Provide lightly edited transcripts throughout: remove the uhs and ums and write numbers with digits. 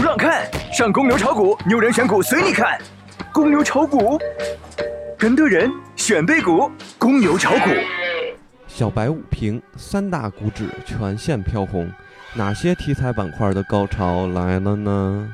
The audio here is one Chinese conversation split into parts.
让看，上公牛炒股，牛人选股随你看。公牛炒股，跟对人，选对股，公牛炒股。 小白午评，3大股指全线飘红，哪些题材板块的高潮来了呢？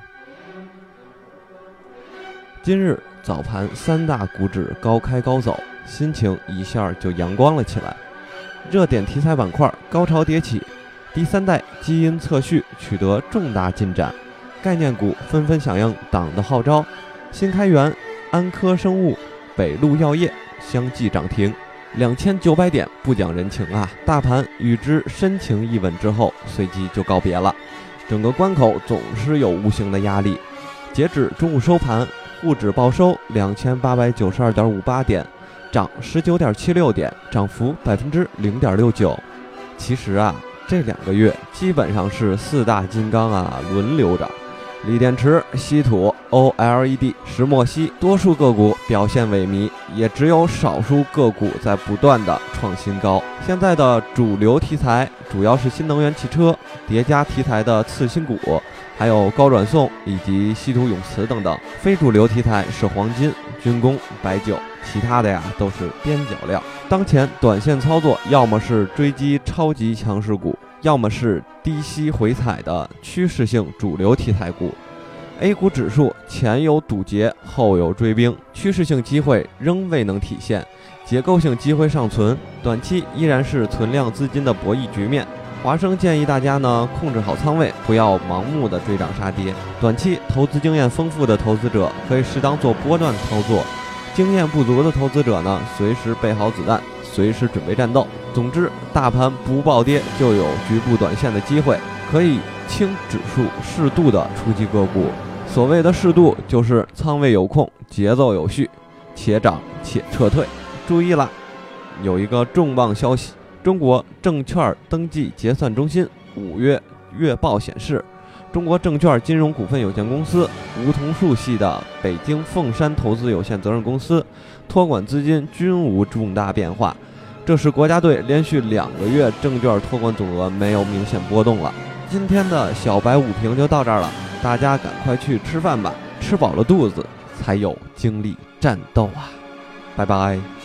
今日早盘3大股指高开高走，心情一下就阳光了起来。热点题材板块高潮迭起，第3代基因测序取得重大进展，概念股纷纷响应党的号召，新开源、安科生物、北陆药业相继涨停，2900点不讲人情啊！大盘与之深情一吻之后，随即就告别了。整个关口总是有无形的压力。截止中午收盘，沪指报收2892.58点，涨19.76点，涨幅0.69%。其实啊，这2个月基本上是4大金刚轮流涨。锂电池、稀土、OLED、石墨烯，多数个股表现萎靡，也只有少数个股在不断的创新高。现在的主流题材主要是新能源汽车，叠加题材的次新股，还有高转送以及稀土永磁等等。非主流题材是黄金、军工、白酒，其他的都是边角料。当前短线操作要么是追击超级强势股，要么是低吸回踩的趋势性主流题材股。A 股指数前有堵截，后有追兵，趋势性机会仍未能体现，结构性机会尚存，短期依然是存量资金的博弈局面。华生建议大家控制好仓位，不要盲目的追涨杀跌。短期投资经验丰富的投资者可以适当做波段操作，经验不足的投资者随时备好子弹，随时准备战斗。总之，大盘不暴跌就有局部短线的机会，可以轻指数适度的出击个股。所谓的适度，就是仓位有控，节奏有序，且涨且撤退。注意了，有一个重磅消息，中国证券登记结算中心5月月报显示，中国证券金融股份有限公司梧桐树系的北京凤山投资有限责任公司托管资金均无重大变化，这使国家队连续2个月证券托管总额没有明显波动了。今天的小白午评就到这儿了，大家赶快去吃饭吧，吃饱了肚子才有精力战斗啊！拜拜。